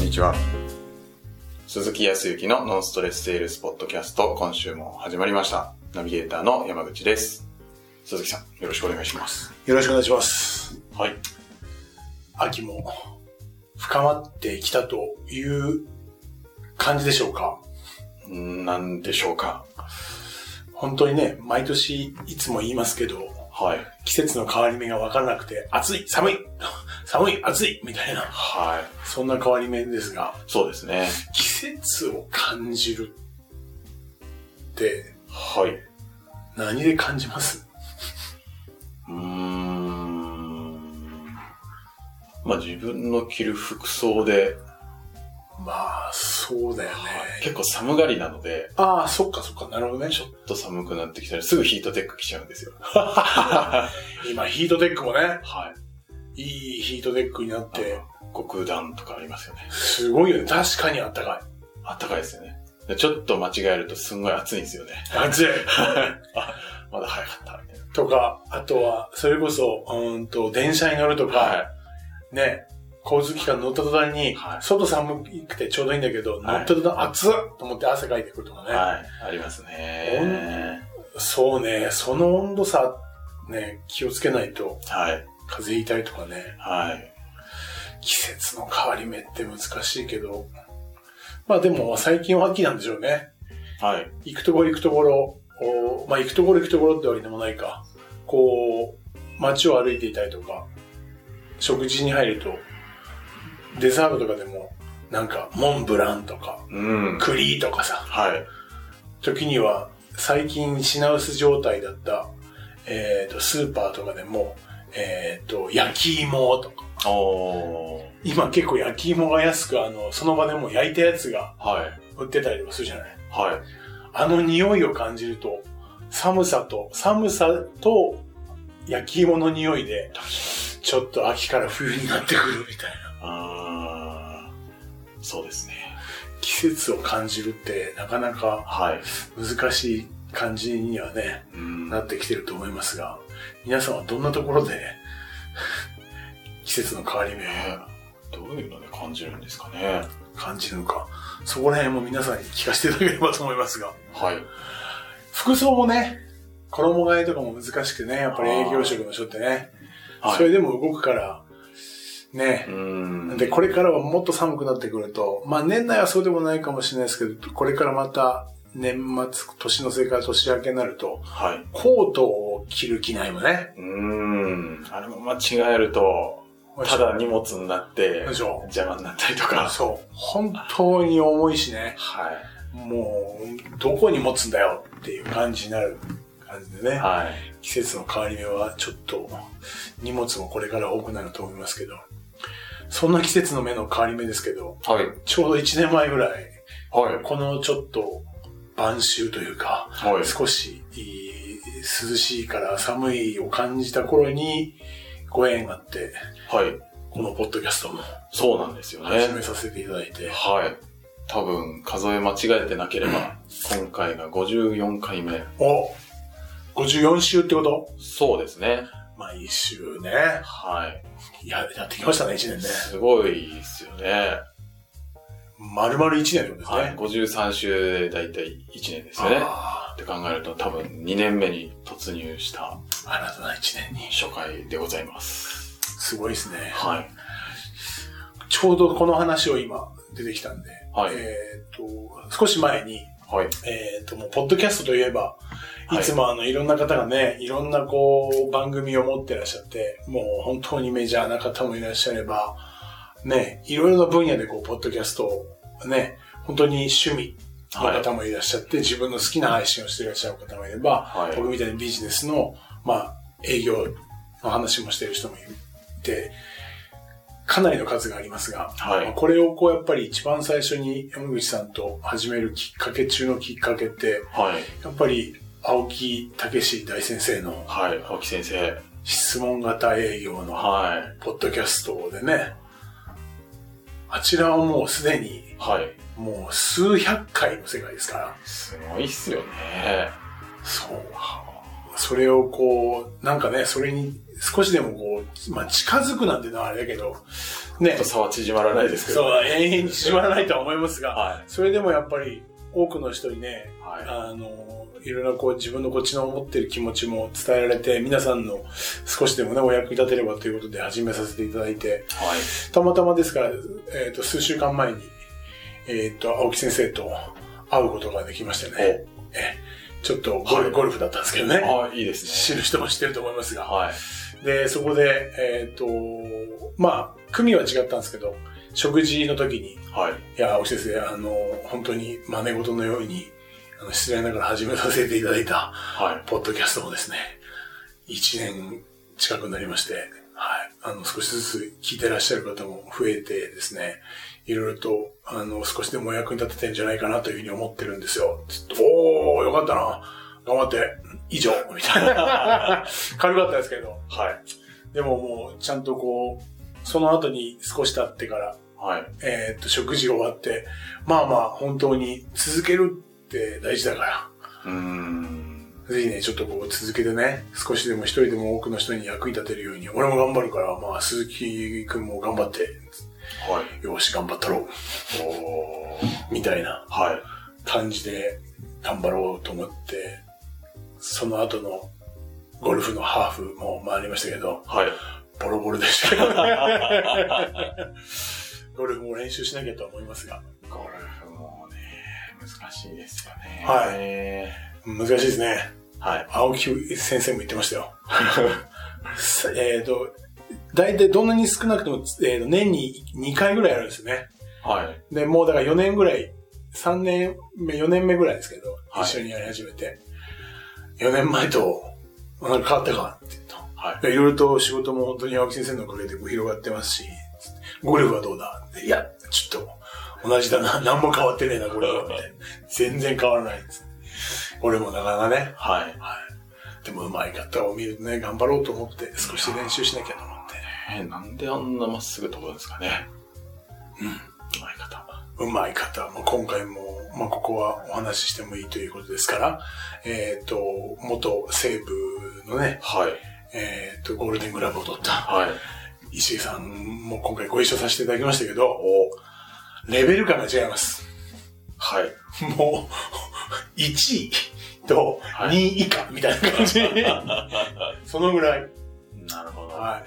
にちは。鈴木康之のノンストレスセールスポッドキャスト、今週も始まりました。ナビゲーターの山口です。鈴木さん、よろしくお願いします。 よろしくお願いします。 はい。 秋も深まってきたという感じでしょうか。 なんでしょうか。 本当にね、毎年いつも言いますけど、 はい。 季節の変わり目が分からなくて、暑い、寒い、寒い、暑いみたいな、 はい。 そんな変わり目ですが、 そうですね。 季節を感じるって、 はい。 何で感じます？ まあ自分の着る服装で、 まあ、そうだよね。 結構寒がりなので。 ああ、そっかそっか、なるほどね。 ちょっと寒くなってきたらすぐヒートテック着ちゃうんですよ。 今、ヒートテックもね。 はい。 いいヒートテックになって。 極暖とかありますよね。 すごいよね。確かにあったかい。 あったかいですよね。ちょっと間違えるとすんごい暑いんですよね。 暑い。 あ、まだ早かったみたいな。 とか、あとは、それこそ、電車に乗るとか、 はい、 ね、交通機関乗った途端に、はい、外寒くてちょうどいいんだけど、はい、乗った途端暑っと思って汗かいてくるとかね。 はい、ありますね。 そうね、その温度差、ね、気をつけないと、 はい、 風邪ひいたりとかね。 はい。 季節の変わり目って難しいけど、まあでも最近は秋なんでしょうね。 はい。 行くところ行くところ、まあ行くところ行くところってわけでもないか。こう、街を歩いていたりとか、食事に入ると、デザートとかでも、なんか、モンブランとか、栗とかさ、 はい。 時には、最近品薄状態だった、スーパーとかでも、焼き芋とか。今結構焼き芋が安く、その場でもう焼いたやつが、売ってたりとかするじゃない。 はい。 あの匂いを感じると、寒さと焼き芋の匂いで、ちょっと秋から冬になってくるみたいな。 そうですね。 季節を感じるってなかなか難しい感じにはね、なってきてると思いますが、皆さんはどんなところで季節の変わり目どういうので感じるんですかね。 感じるのか。そこら辺も皆さんに聞かせていただければと思いますが。 はい。 服装もね、衣替えとかも難しくてね、やっぱり営業職の人ってね、それでも動くから、ね。で、これからはもっと寒くなってくると、まあ年内はそうでもないかもしれないですけど、これからまた年末、年の瀬から年明けになると、 はい、 コートを着る着ないもね。 あれも間違えると、ただ荷物になって、邪魔になったりとか。 そう。本当に重いしね。 はい。 もう、どこに持つんだよっていう感じになる感じでね。 はい。 季節の変わり目はちょっと、荷物もこれから多くなると思いますけど。そんな季節の目の変わり目ですけど、 はい。 ちょうど1年前ぐらい、 はい。 このちょっと、晩秋というか、 はい。 少し涼しいから寒いを感じた頃に、ご縁があって、 はい。 このポッドキャストも。 そうなんですよね。 始めさせていただいて。 はい。多分、数え間違えてなければ、今回が54回目。 お !54 週ってこと？ そうですね。 毎週ね。 はい。 やってきましたね、1年ね。 すごいですよね。 丸々1年ですね。 はい。53週でだいたい1年ですよね。って考えると多分2年目に突入した新たな1年に初回でございます。 すごいですね。 はい。 ちょうどこの話を今出てきたんで、 はい。 少し前に、 はい。 もうポッドキャストといえば、いつもいろんな方がね、いろんな番組を持ってらっしゃって、もう本当にメジャーな方もいらっしゃれば、ね、いろいろな分野でポッドキャストをね、本当に趣味の方もいらっしゃって、自分の好きな配信をしていらっしゃる方もいれば、僕みたいにビジネスの、営業の話もしている人もいて、かなりの数がありますが、これをやっぱり一番最初に山口さんと始めるきっかけ中のきっかけって、やっぱり青木武大先生の、 青木先生。 質問型営業の、ポッドキャストでね、あちらはもうすでに、もう数百回の世界ですから。 すごいっすよね。 そう。 それをこう、なんかね、それに少しでもこう、まあ、近づくなんてのはあれだけど、ね。 ちょっと差は縮まらないですけど。 そう、永遠に縮まらないとは思いますが、 はい、 それでもやっぱり多くの人にね、 はい、 いろいろこう自分のこっちの思ってる気持ちも伝えられて、皆さんの少しでもね、お役に立てればということで始めさせていただいて、 はい、 たまたまですから、数週間前に、青木先生と会うことができましてね。ちょっとゴルフだったんですけどね。 いいですね。 知る人も知ってると思いますが。 はい、 で、そこで、まあ、組は違ったんですけど、食事の時に、 はい。 いや、青木先生、本当に真似事のように、失礼ながら始めさせていただいた、はい。ポッドキャストもですね、1年近くなりまして、はい。少しずつ聞いてらっしゃる方も増えてですね、いろいろと、少しでもお役に立ててんじゃないかなというふうに思ってるんですよ。おー、よかったな。頑張って、以上、みたいな。軽かったですけど。はい。でももう、ちゃんとこう、その後に少し経ってから、はい。食事が終わって、まあまあ、本当に続けるって大事だから。ぜひね、ちょっとこう続けてね、少しでも一人でも多くの人に役に立てるように、俺も頑張るから、まあ、鈴木くんも頑張って、はい。よし、頑張ったろう。みたいな。はい。感じで頑張ろうと思って、その後のゴルフのハーフも回りましたけど、はい。ボロボロでしたけどね。ゴルフも練習しなきゃとは思いますが。 ゴルフもね、難しいですよね。 はい。難しいですね。はい。青木先生も言ってましたよ。大体どんなに少なくとも、年に2回ぐらいあるんですよね。はい。で、もうだから4年ぐらい、3年目、4年目ぐらいですけど、はい、一緒にやり始めて、4年前と、なんか変わったかって言うと、はい。いろいろと仕事も本当に青木先生のおかげでこう広がってますし、ゴルフはどうだって、いや、ちょっと、同じだな。何も変わってねえな、これは。みたいな。全然変わらないです。俺もなかなかね。はい。はい。でも上手い方を見るとね、頑張ろうと思って少し練習しなきゃと思って。 なんであんなまっすぐ飛ぶんですかね。 うん。上手い方。もう今回も、まあ、ここはお話ししてもいいということですから、元西武のね、はい。ゴールデングラブを取った。はい。石井さんも今回ご一緒させていただきましたけど、レベル感が違います。はい。もう、1位と2位以下みたいな感じ。そのぐらい。 なるほど。 はい。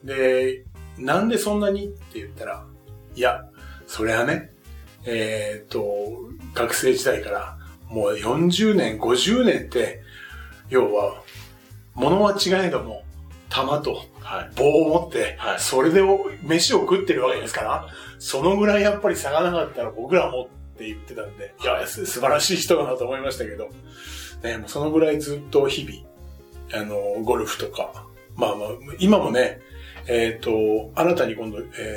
で、なんでそんなにって言ったら、いや、それはね、学生時代からもう40年、50年って、要は、物は違えども、玉と棒を持って、それで飯を食ってるわけですから、そのぐらいやっぱり差がなかったら僕らもって言ってたんで、いや、素晴らしい人だなと思いましたけど、ね、もうそのぐらいずっと日々、ゴルフとか、まあまあ、今もね、新たに今度、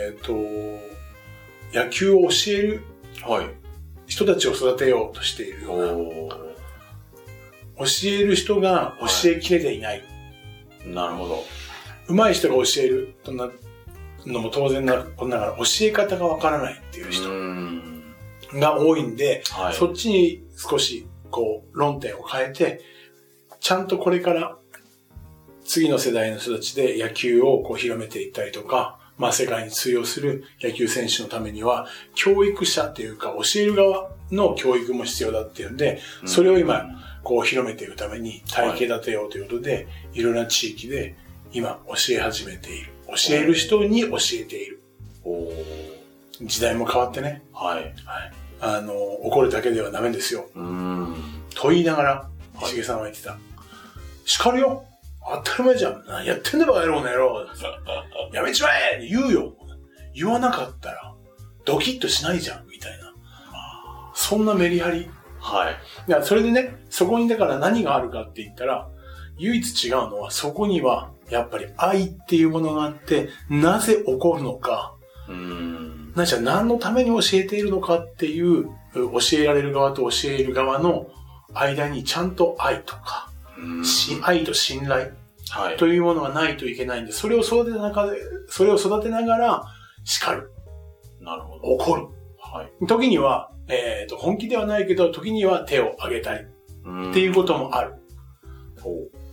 野球を教える人たちを育てようとしているような、教える人が教えきれていない。 なるほど。 上手い人が教えるとなのも当然なことながら教え方がわからないっていう人が多いんで、はい、そっちに少しこう論点を変えて、ちゃんとこれから次の世代の人たちで野球をこう広めていったりとか、まあ世界に通用する野球選手のためには教育者というか教える側の教育も必要だっていうんで、それを今こう広めていくために体系立てようということで、いろんな地域で今教え始めている。教える人に教えている。時代も変わってね。はい。はい。怒るだけではダメですよ。と言いながら、石毛さんは言ってた。叱るよ。当たり前じゃん。何やってんだバカ野郎の野郎。やめちまえ言うよ。言わなかったら、ドキッとしないじゃん。みたいな。そんなメリハリ。はい。いや、それでね、そこにだから何があるかって言ったら、唯一違うのは、そこには、やっぱり愛っていうものがあって、なぜ起こるのか。何のために教えているのかっていう、教えられる側と教える側の間にちゃんと愛とか、愛と信頼というものがないといけないんで、それを育てながら叱る。なるほど。怒る。はい。時には、本気ではないけど、時には手を挙げたり。っていうこともある。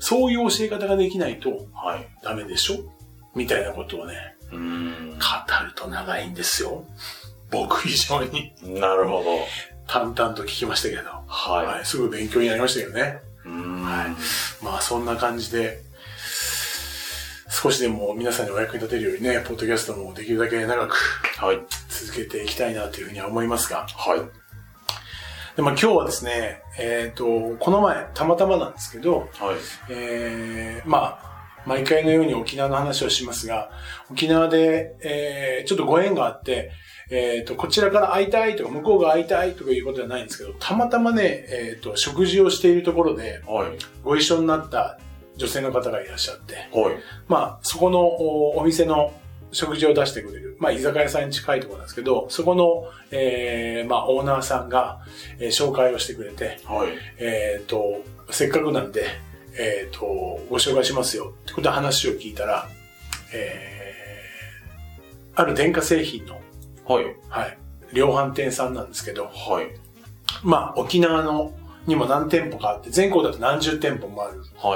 そういう教え方ができないとはい。 ダメでしょみたいなことをね、語ると長いんですよ。僕以上に。 なるほど。 淡々と聞きましたけど。 はい。 はい。すごい勉強になりましたけどね。はい。まあそんな感じで、少しでも皆さんにお役に立てるようにね、ポッドキャストもできるだけ長く続けていきたいなというふうには思いますが。 はい。 で今日はですね、この前、たまたまなんですけど、 はい。 まあ、毎回のように沖縄の話をしますが、沖縄で、ちょっとご縁があって、こちらから会いたいとか、向こうが会いたいとかいうことではないんですけど、たまたまね、食事をしているところで、 はい。 ご一緒になった女性の方がいらっしゃって、 はい。 まあ、そこのお店の食事を出してくれる、まあ、居酒屋さんに近いところなんですけど、そこの、まあ、オーナーさんが、紹介をしてくれて、 はい。 せっかくなんで、ご紹介しますよってことで話を聞いたら、ある電化製品の、 はい。 はい、量販店さんなんですけど、 はい。 まあ、沖縄のにも何店舗かあって、全国だと何十店舗もある、 はい。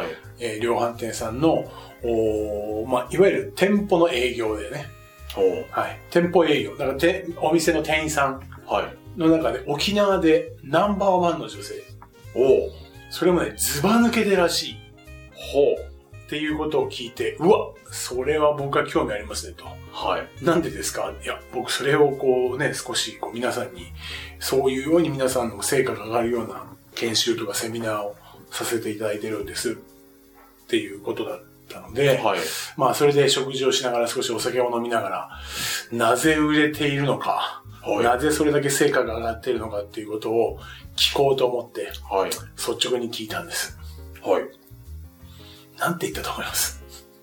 量販店さんの、まあ、いわゆる店舗の営業でね、はい、店舗営業、だからお店の店員さんの中で沖縄でナンバーワンの女性、それもね、ズバ抜けてらしい。っていうことを聞いて、うわ、それは僕は興味ありますねと。 はい。 なんでですか？いや、僕それをこうね、少しこう皆さんに、そういうように皆さんの成果が上がるような研修とかセミナーをさせていただいてるんです。っていうことだったので、 はい。 まあそれで食事をしながら少しお酒を飲みながら、なぜ売れているのか、はい、なぜそれだけ成果が上がっているのかっていうことを聞こうと思って、はい、率直に聞いたんです。はい。なんて言ったと思います？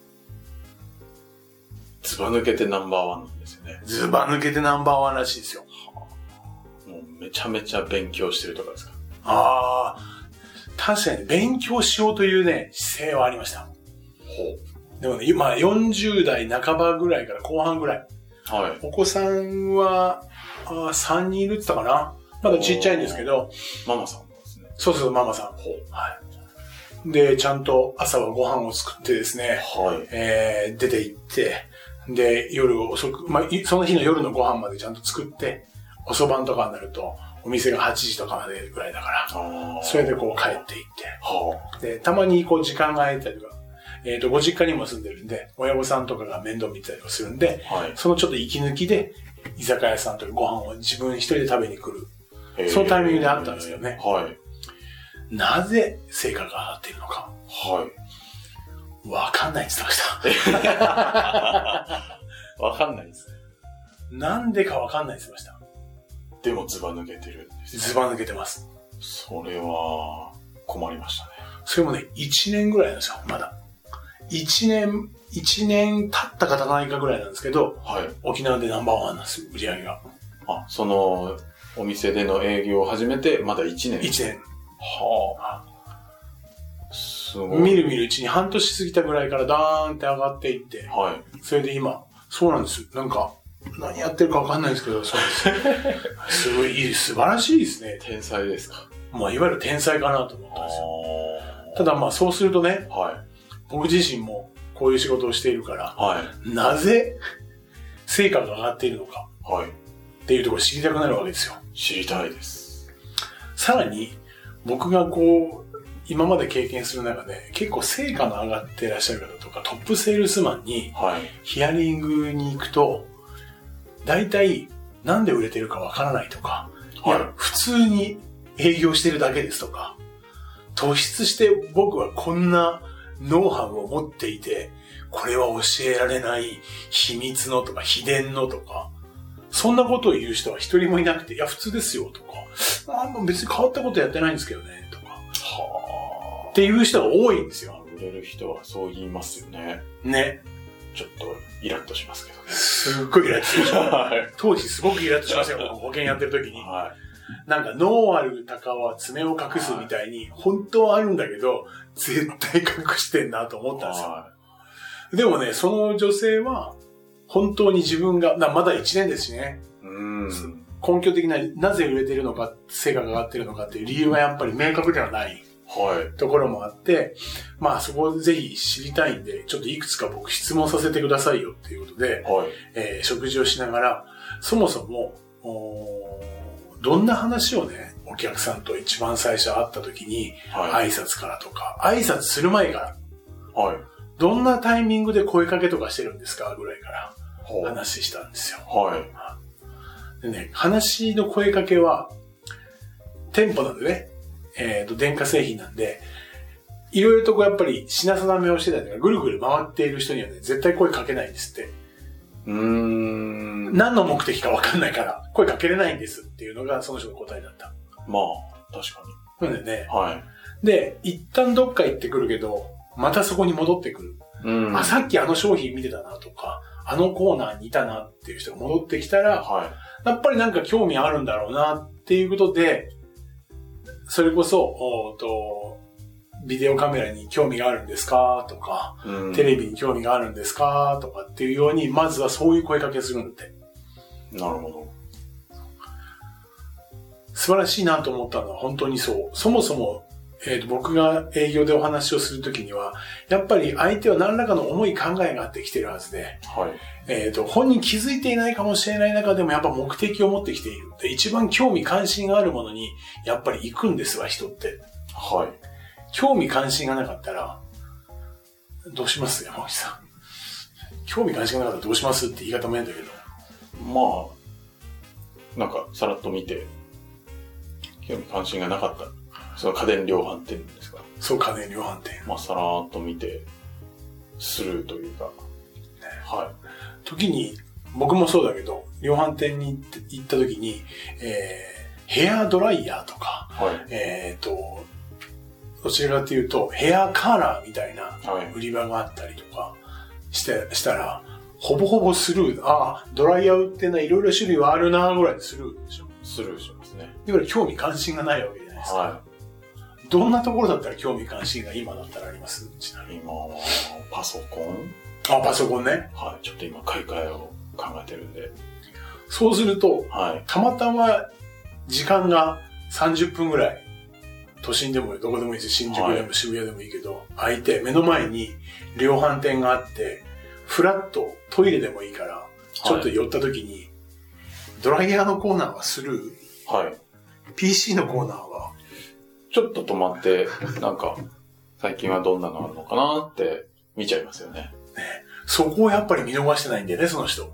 ずば抜けてナンバーワンなんですよね。 ずば抜けてナンバーワンらしいですよ。 もうめちゃめちゃ勉強してるとかですか？ ああ、確かに勉強しようというね、姿勢はありました。でもね、今40代半ばぐらいから後半ぐらい。はい。お子さんは3人いるって言ったかな。まだちっちゃいんですけど。 ママさんですね。 そうそう、ママさん。はい。で、ちゃんと朝はご飯を作ってですね。はい。出て行って、で、夜遅く、まあ、その日の夜のご飯までちゃんと作って、お蕎麦とかになると、お店が8時とかまでぐらいだから、それでこう帰っていって、で、たまにこう時間が空いたりとか、ご実家にも住んでるんで、親御さんとかが面倒見てたりとかするんで、はい、そのちょっと息抜きで、居酒屋さんとかご飯を自分一人で食べに来る。そのタイミングであったんですけどね。はい。なぜ成果が上がっているのか。はい。わかんないって言ってました。 わかんないですね。 なんでかわかんないって言ってました。 でもズバ抜けてるんですね。 ズバ抜けてます。 それは困りましたね。 それもね、1年ぐらいなんですよ、まだ。1年経ったか経たないかぐらいなんですけど、はい、沖縄でナンバーワンなんですよ、売り上げが。 あ、その、お店での営業を始めて、まだ1年。 1年。 はぁ。すごい。 みるみるうちに半年過ぎたぐらいからダーンって上がっていって、はい。それで今、そうなんです。なんか、何やってるかわかんないですけど、そうです。すごい、素晴らしいですね。 天才ですか。 まあ、いわゆる天才かなと思ったんですよ。ただまあ、そうするとね、はい。僕自身もこういう仕事をしているから、はい、なぜ成果が上がっているのか、はい、っていうところを知りたくなるわけですよ。 知りたいです。 さらに僕がこう今まで経験する中で結構成果の上がっていらっしゃる方とかトップセールスマンにヒアリングに行くと、大体なんで売れてるかわからないとか、はい、いや普通に営業してるだけですとか、突出して僕はこんなノウハウを持っていて、これは教えられない秘密のとか秘伝のとか、そんなことを言う人は一人もいなくて、いや普通ですよとか、別に変わったことやってないんですけどねとか、はっていう人が多いんですよ。 売れる人はそう言いますよね。 ね。 ちょっとイラッとしますけどね。 すっごいイラッとしました。当時すごくイラッとしましたよ。保険やってる時に。はい、なんか脳ある鷹は爪を隠すみたいに、本当はあるんだけど、絶対隠してんなと思ったんですよ。でもね、その女性は、本当に自分が、まだ1年ですしね。根拠的な、なぜ売れてるのか、成果が上がってるのかっていう理由がやっぱり明確ではない。 ところもあって、まあそこをぜひ知りたいんで、ちょっといくつか僕質問させてくださいよっていうことで、食事をしながら、そもそも、どんな話をね、お客さんと一番最初会った時に、挨拶からとか、挨拶する前から、どんなタイミングで声かけとかしてるんですかぐらいから話したんですよ。でね、話の声かけは、店舗なんでね、電化製品なんで、いろいろとこうやっぱり品定めをしてたりとか、ぐるぐる回っている人にはね、絶対声かけないんですって。何の目的かわかんないから、声かけれないんですっていうのがその人の答えだった。 まあ、確かに。なんでね。で、一旦どっか行ってくるけど、またそこに戻ってくる。さっきあの商品見てたなとか、あのコーナーにいたなっていう人が戻ってきたら、やっぱりなんか興味あるんだろうなっていうことで、それこそ、ビデオカメラに興味があるんですかとか、テレビに興味があるんですかとかっていうように、まずはそういう声かけするんで。 なるほど。 素晴らしいなと思ったのは本当にそう。そもそも、僕が営業でお話をするときには、やっぱり相手は何らかの重い考えがあってきてるはずで、本人気づいていないかもしれない中でもやっぱ目的を持ってきている。で、一番興味関心があるものに、やっぱり行くんですわ、人って。興味関心がなかったら、どうします山口さん。興味関心がなかったらどうしますって言い方も変だけど。 まあ、なんか、さらっと見て、興味関心がなかった。その家電量販店ですか？ そう、家電量販店。 まあ、さらっと見て、スルーというか。 時に、僕もそうだけど、量販店に行った時に、ヘアドライヤーとか、どちらかというと、ヘアカラーみたいな売り場があったりとかしたら、ほぼほぼスルー。ドライヤー売ってない、いろいろ種類はあるなぐらいでスルーでしょ。 スルーしますね。 いわゆる興味関心がないわけじゃないですか。どんなところだったら興味関心が今だったらあります？ちなみに。 今は、パソコン？ パソコンね。 ちょっと今買い替えを考えてるんで。 そうすると、たまたま時間が30分ぐらい、都心でもどこでもいいです。新宿でも渋谷でもいいけど、空いて、目の前に量販店があって、フラッとトイレでもいいから、ちょっと寄った時に、ドライヤーのコーナーはスルー。PC のコーナーはちょっと止まって、なんか、最近はどんなのあるのかなって見ちゃいますよね。 そこをやっぱり見逃してないんだよね、その人。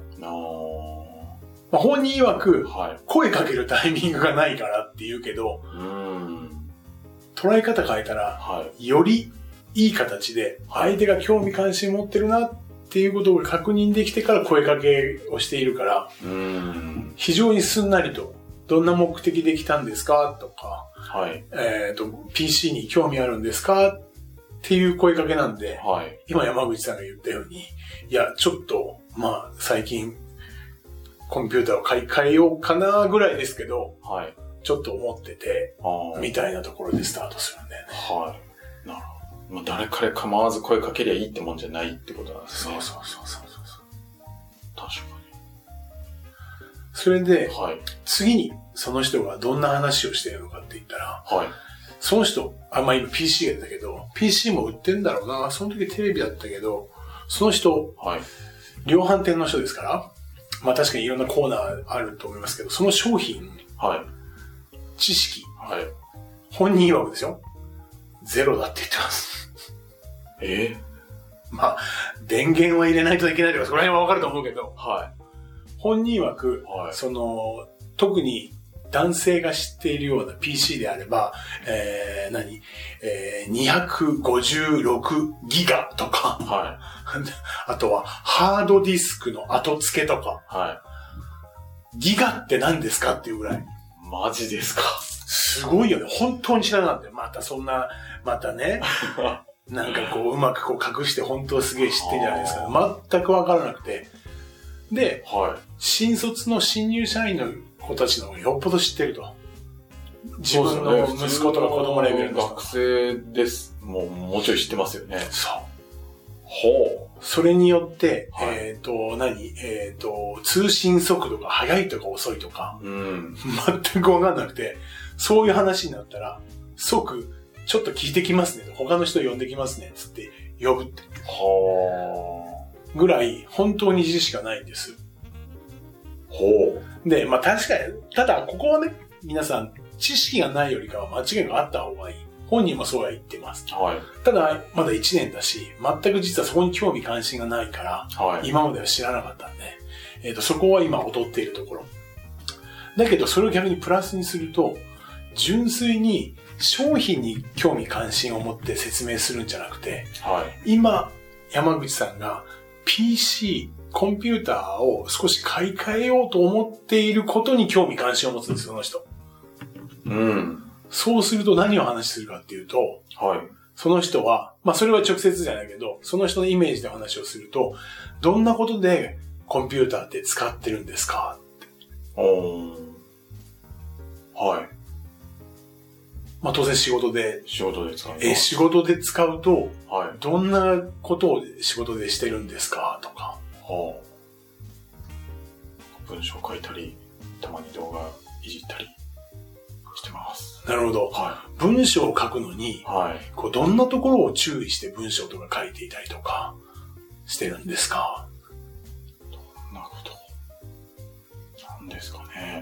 本人曰く、声かけるタイミングがないからって言うけど、捉え方変えたら、よりいい形で、相手が興味関心持ってるなっていうことを確認できてから声かけをしているから、非常にすんなりと、どんな目的で来たんですかとか、PC に興味あるんですかっていう声かけなんで、今山口さんが言ったように、いや、ちょっと、最近、コンピューターを買い替えようかなぐらいですけど、ちょっと思ってて、みたいなところでスタートするんだよね。 なるほど。誰彼構わず声かけりゃいいってもんじゃないってことなんですね。 そう。確かに。それで、次にその人がどんな話をしているのかって言ったら、その人、今 PC が出たけど、PC も売ってんだろうな。その時テレビだったけど、その人、量販店の人ですから、確かにいろんなコーナーあると思いますけど、その商品、知識、本人曰くですよ。ゼロだって言ってます。電源は入れないといけないとか、そこら辺はわかると思うけど、本人曰く、特に男性が知っているような PC であれば、256ギガとか、あとはハードディスクの後付けとか、ギガって何ですかっていうぐらい。 マジですか？ すごいよね。本当に知らなかったよ。またね、なんかうまく隠して本当はすげえ知ってるじゃないですか。全くわからなくて。で、新卒の新入社員の子たちの方がよっぽど知ってると。自分の息子とか子供レベルの学生です。もうちょい知ってますよね。 それによって、通信速度が速いとか遅いとか、全くわかんなくて、そういう話になったら、即ちょっと聞いてきますねと、他の人呼んできますね、つって呼ぶって。ぐらい、本当に字しかないんです。で、まあ確かに、ただここはね、皆さん、知識がないよりかは間違いがあった方がいい。本人もそうは言ってます。 はい。 ただ、まだ1年だし、全く実はそこに興味関心がないから、はい、今までは知らなかったんで、そこは今劣っているところ。だけど、それを逆にプラスにすると、純粋に商品に興味関心を持って説明するんじゃなくて、はい、今、山口さんが PC、コンピューターを少し買い替えようと思っていることに興味関心を持つんですよ、その人。うん。そうすると何を話するかっていうと、はい、その人は、まあそれは直接じゃないけど、その人のイメージで話をすると、どんなことでコンピューターって使ってるんですかって。はい。まあ当然仕事で使う。仕事で使うと、はい、どんなことを仕事でしてるんですかとか。はあ、文章書いたり、たまに動画いじったりしてます。 なるほど。はい、文章を書くのに、はい、こうどんなところを注意して文章とか書いていたりとかしてるんですか？ どんなこと？なんですかね。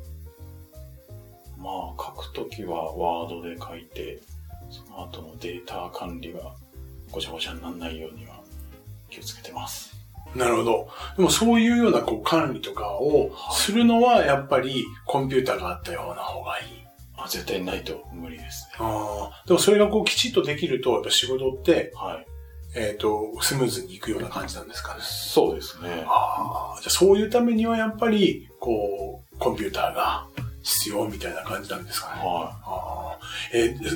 まあ書くときはワードで書いて、その後のデータ管理がごちゃごちゃにならないようには気をつけてます。 なるほど。でもそういうようなこう管理とかをするのはやっぱりコンピューターがあったような方がいい。 絶対ないと無理ですね。 でもそれがこうきちっとできるとやっぱ仕事って、はい、スムーズにいくような感じなんですかね。 そうですね。 じゃあそういうためにはやっぱりこうコンピューターが必要みたいな感じなんですかね。はい。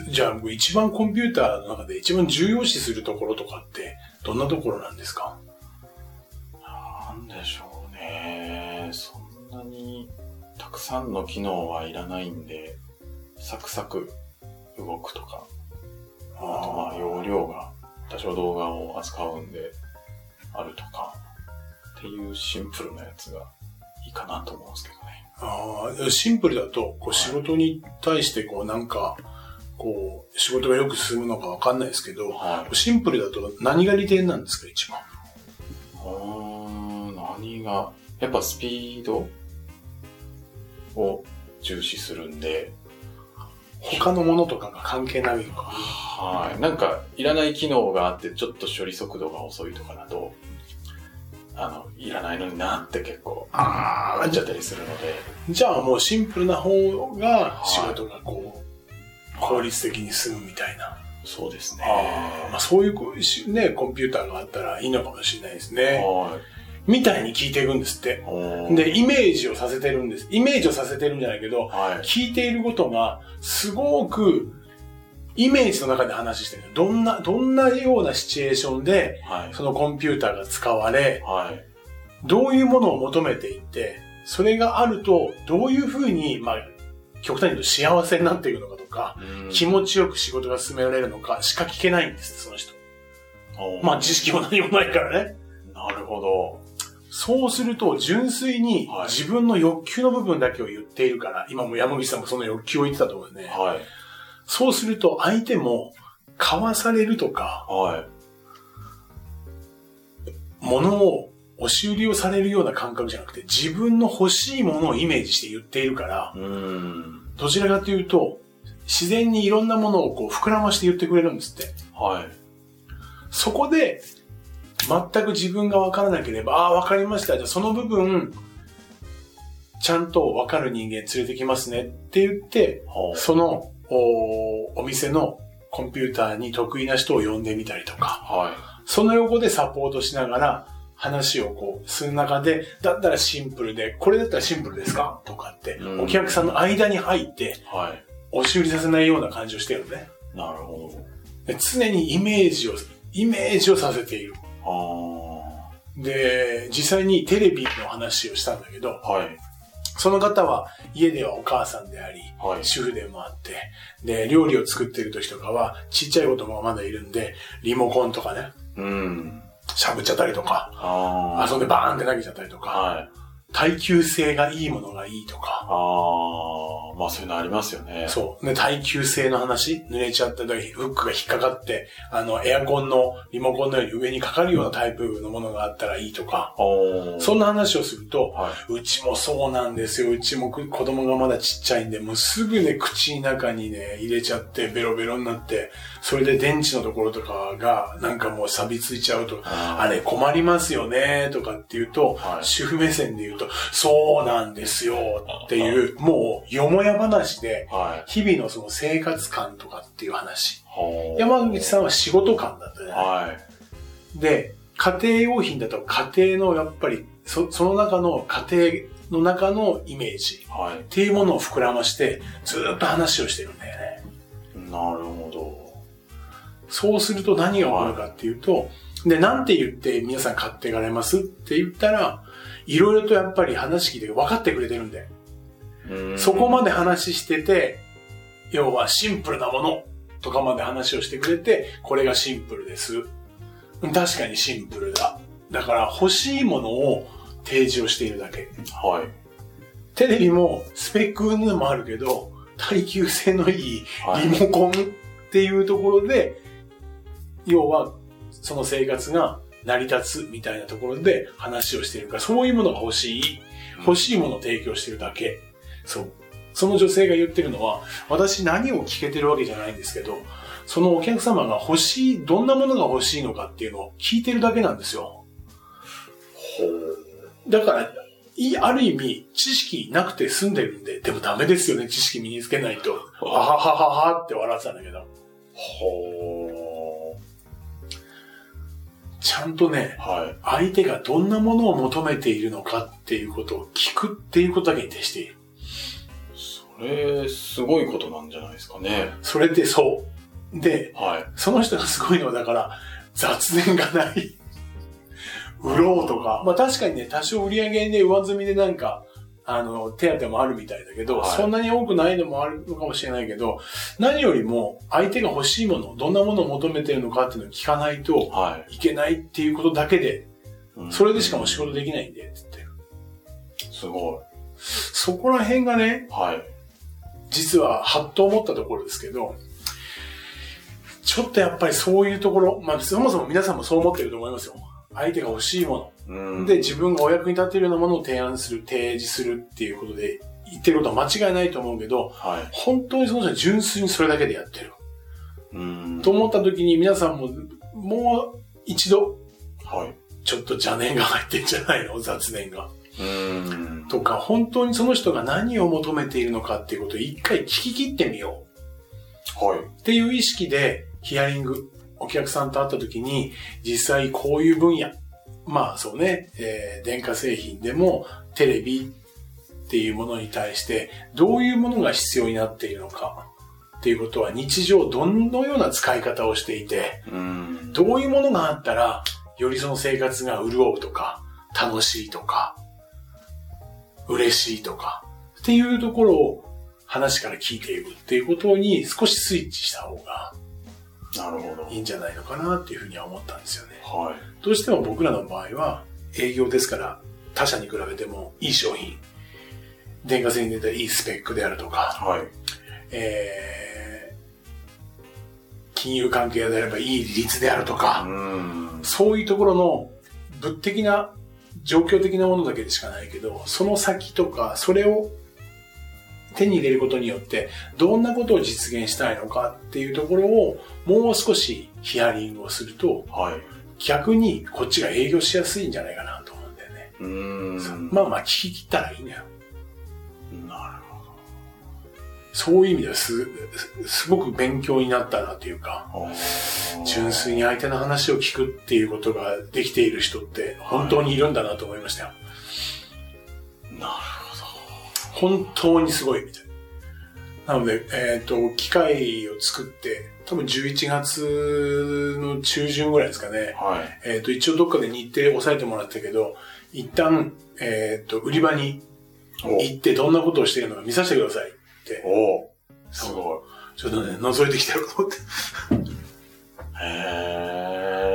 じゃあ一番コンピューターの中で一番重要視するところとかってどんなところなんですか？ なんでしょうね。そんなにたくさんの機能はいらないんで、サクサク動くとか、あとまあ容量が多少動画を扱うんであるとかっていうシンプルなやつがいいかなと思うんですけどね。 シンプルだとこう仕事に対してこうなんかこう仕事がよく進むのかわかんないですけど、はい、シンプルだと何が利点なんですか一番？ 何がやっぱスピードを重視するんで。 他のものとかが関係ないのか。 はい。なんか、いらない機能があって、ちょっと処理速度が遅いとかだと、いらないのになって結構、なっちゃったりするので。 じゃあもうシンプルな方が仕事がこう、効率的に進むみたいな。 そうですね。 まあそういうね、コンピューターがあったらいいのかもしれないですね。みたいに聞いていくんですって。で、イメージをさせてるんです。イメージをさせてるんじゃないけど、はい、聞いていることが、すごく、イメージの中で話してる。どんなようなシチュエーションで、はい、そのコンピューターが使われ、はい、どういうものを求めていって、それがあると、どういうふうに、まあ、極端に言うと幸せになっていくのかとか、気持ちよく仕事が進められるのかしか聞けないんです、その人。まあ、知識も何もないからね。 なるほど。 そうすると、純粋に自分の欲求の部分だけを言っているから、今も山口さんもその欲求を言ってたと思うね。はい。そうすると、相手も買わされるとか、はい。物を押し売りをされるような感覚じゃなくて、自分の欲しいものをイメージして言っているから、どちらかというと、自然にいろんなものをこう膨らまして言ってくれるんですって。はい。そこで、全く自分が分からなければ、分かりました。じゃあその部分、ちゃんと分かる人間連れてきますねって言って、そのお店のコンピューターに得意な人を呼んでみたりとか、はい、その横でサポートしながら話をこうする中で、だったらシンプルで、これだったらシンプルですかとかって、お客さんの間に入って、はい、押し売りさせないような感じをしてるのね。 なるほど。で常にイメージをさせている。で、実際にテレビの話をしたんだけど、はい、その方は家ではお母さんであり、はい、主婦でもあって、で、料理を作ってる時とかはちっちゃい子供がまだいるんで、リモコンとかね、しゃぶっちゃったりとか、遊んでバーンって投げちゃったりとか、はい、 耐久性がいいものがいいとか。 まあそういうのありますよね。 そう。ね、耐久性の話、濡れちゃった時、フックが引っかかって、エアコンのリモコンのように上にかかるようなタイプのものがあったらいいとか。そんな話をすると、はい、うちもそうなんですよ。うちも子供がまだちっちゃいんで、もうすぐね、口の中にね、入れちゃって、ベロベロになって、それで電池のところとかが、なんかもう錆びついちゃうと、あれ困りますよね、とかって言うと、はい、主婦目線で言うと、そうなんですよ、っていう、もう、よもや話で、日々のその生活感とかっていう話。山口さんは仕事感だったじゃない、はい、で、家庭用品だと家庭のやっぱり、その中の家庭の中のイメージ、はい、っていうものを膨らまして、ずっと話をしてるんだよね。 なるほど。 そうすると何が起こるかっていうと、はい、で、なんて言って皆さん買っていかれますって言ったら、いろいろとやっぱり話聞いて分かってくれてるんで。そこまで話してて、要はシンプルなものとかまで話をしてくれて、これがシンプルです。確かにシンプルだ。だから欲しいものを提示をしているだけ。はい。テレビもスペック云々もあるけど、耐久性のいいリモコンっていうところで、要はその生活が成り立つみたいなところで話をしているから、そういうものが欲しいものを提供しているだけ。そう。その女性が言ってるのは、私何を聞けてるわけじゃないんですけど、そのお客様がどんなものが欲しいのかっていうのを聞いてるだけなんですよ。だから、ある意味、知識なくて済んでるんで、でもダメですよね、知識身につけないと。はははははって笑ってたんだけど。ちゃんとね、はい、相手がどんなものを求めているのかっていうことを聞くっていうことだけに徹している。 それ、すごいことなんじゃないですかね。 それってそう。で、はい、その人がすごいのはだから、雑念がない。売ろうとか。まあ確かにね、多少売り上げで上積みでなんか、手当もあるみたいだけど、はい、そんなに多くないのもあるのかもしれないけど、何よりも相手が欲しいもの、どんなものを求めてるのかっていうのを聞かないといけないっていうことだけで、はい、それでしかも仕事できないんで、って言ってる。 すごい。 そこら辺がね、はい、実はハッと思ったところですけど、ちょっとやっぱりそういうところ、まあそもそも皆さんもそう思ってると思いますよ。相手が欲しいもの。で、自分がお役に立てるようなものを提示するっていうことで言ってることは間違いないと思うけど、はい、本当にその人は純粋にそれだけでやってる。と思った時に皆さんももう一度、はい、ちょっと邪念が入ってんじゃないの？雑念が。とか、本当にその人が何を求めているのかっていうことを一回聞き切ってみよう。はい。っていう意識でヒアリング。お客さんと会った時に、実際こういう分野、まあそうね、電化製品でもテレビっていうものに対してどういうものが必要になっているのかっていうことは日常どのような使い方をしていて、どういうものがあったらよりその生活が潤うとか、楽しいとか、嬉しいとかっていうところを話から聞いていくっていうことに少しスイッチした方がなるほど。いいんじゃないのかなっていうふうには思ったんですよね。はい。どうしても僕らの場合は営業ですから他社に比べてもいい商品、電化製品で言ったらいいスペックであるとか、はい。金融関係であればいい利率であるとか、そういうところの物的な状況的なものだけでしかないけど、その先とかそれを手に入れることによってどんなことを実現したいのかっていうところをもう少しヒアリングをすると、はい、逆にこっちが営業しやすいんじゃないかなと思うんだよね。まあまあ聞き切ったらいいんだよ。なるほど。そういう意味ではすごく勉強になったなというか、純粋に相手の話を聞くっていうことができている人って本当にいるんだなと思いましたよ。はい、なるほど。本当にすごいみたいな。なので、機械を作って、多分11月の中旬ぐらいですかね。はい。一応どっかで日程押さえてもらったけど、一旦、売り場に行ってどんなことをしているのか見させてくださいって。おすごい。ちょっとね、覗いてきてやろうと思って。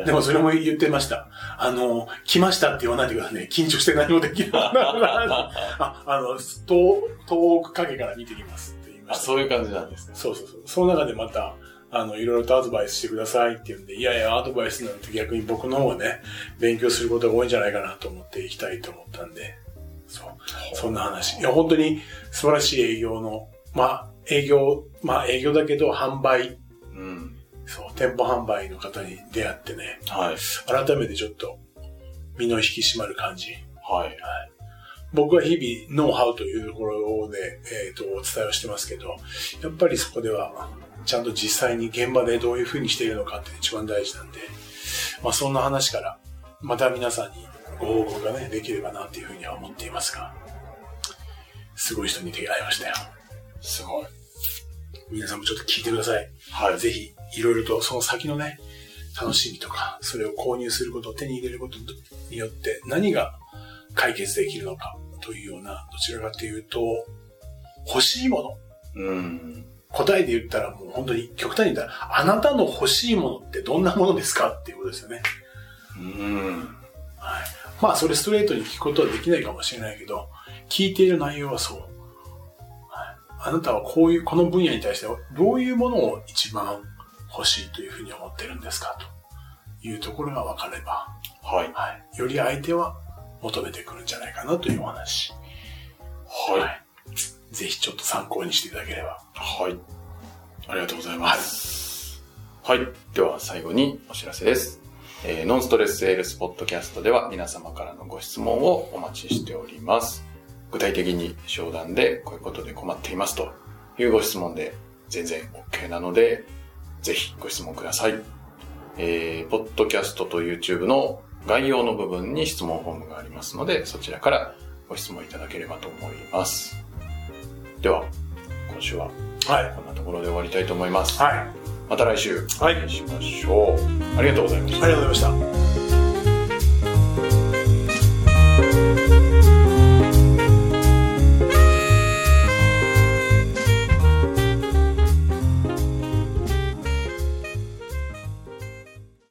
でもそれも言ってました。来ましたって言わないでくださいね。緊張して何もできなくなるな。遠く影から見てきますって言いました。 そういう感じなんですね。 そう。その中でまた、いろいろとアドバイスしてくださいって言うんで、いや、アドバイスなんて逆に僕の方がね、勉強することが多いんじゃないかなと思っていきたいと思ったんで、そんな話。いや、本当に素晴らしい営業の、営業だけど販売、店舗販売の方に出会ってね、 はい。 改めてちょっと身の引き締まる感じ。 はい。 僕は日々ノウハウというところで、お伝えをしてますけど、やっぱりそこではちゃんと実際に現場でどういう風にしているのかって一番大事なんで、そんな話からまた皆さんにご報告がね、できればなっていう風には思っていますが、すごい人に出会いましたよ。すごい。皆さんもちょっと聞いてください。はい。ぜひ、いろいろとその先のね、楽しみとか、それを購入すること、手に入れることによって何が解決できるのかというような、どちらかというと、欲しいもの。答えで言ったらもう本当に極端に言ったら、あなたの欲しいものってどんなものですかっていうことですよね。はい。それストレートに聞くことはできないかもしれないけど、聞いている内容はそう。あなたはこの分野に対してどういうものを一番欲しいというふうに思ってるんですかというところが分かれば、より相手は求めてくるんじゃないかなというお話。ぜひちょっと参考にしていただければ。 ありがとうございます。では最後にお知らせです。ノンストレスセールスポッドキャストでは皆様からのご質問をお待ちしております。具体的に商談でこういうことで困っていますというご質問で全然 OK なので、ぜひご質問ください。ポッドキャストと YouTube の概要の部分に質問フォームがありますので、そちらからご質問いただければと思います。では、今週はこんなところで終わりたいと思います。また来週お会いしましょう。ありがとうございました。 ありがとうございました。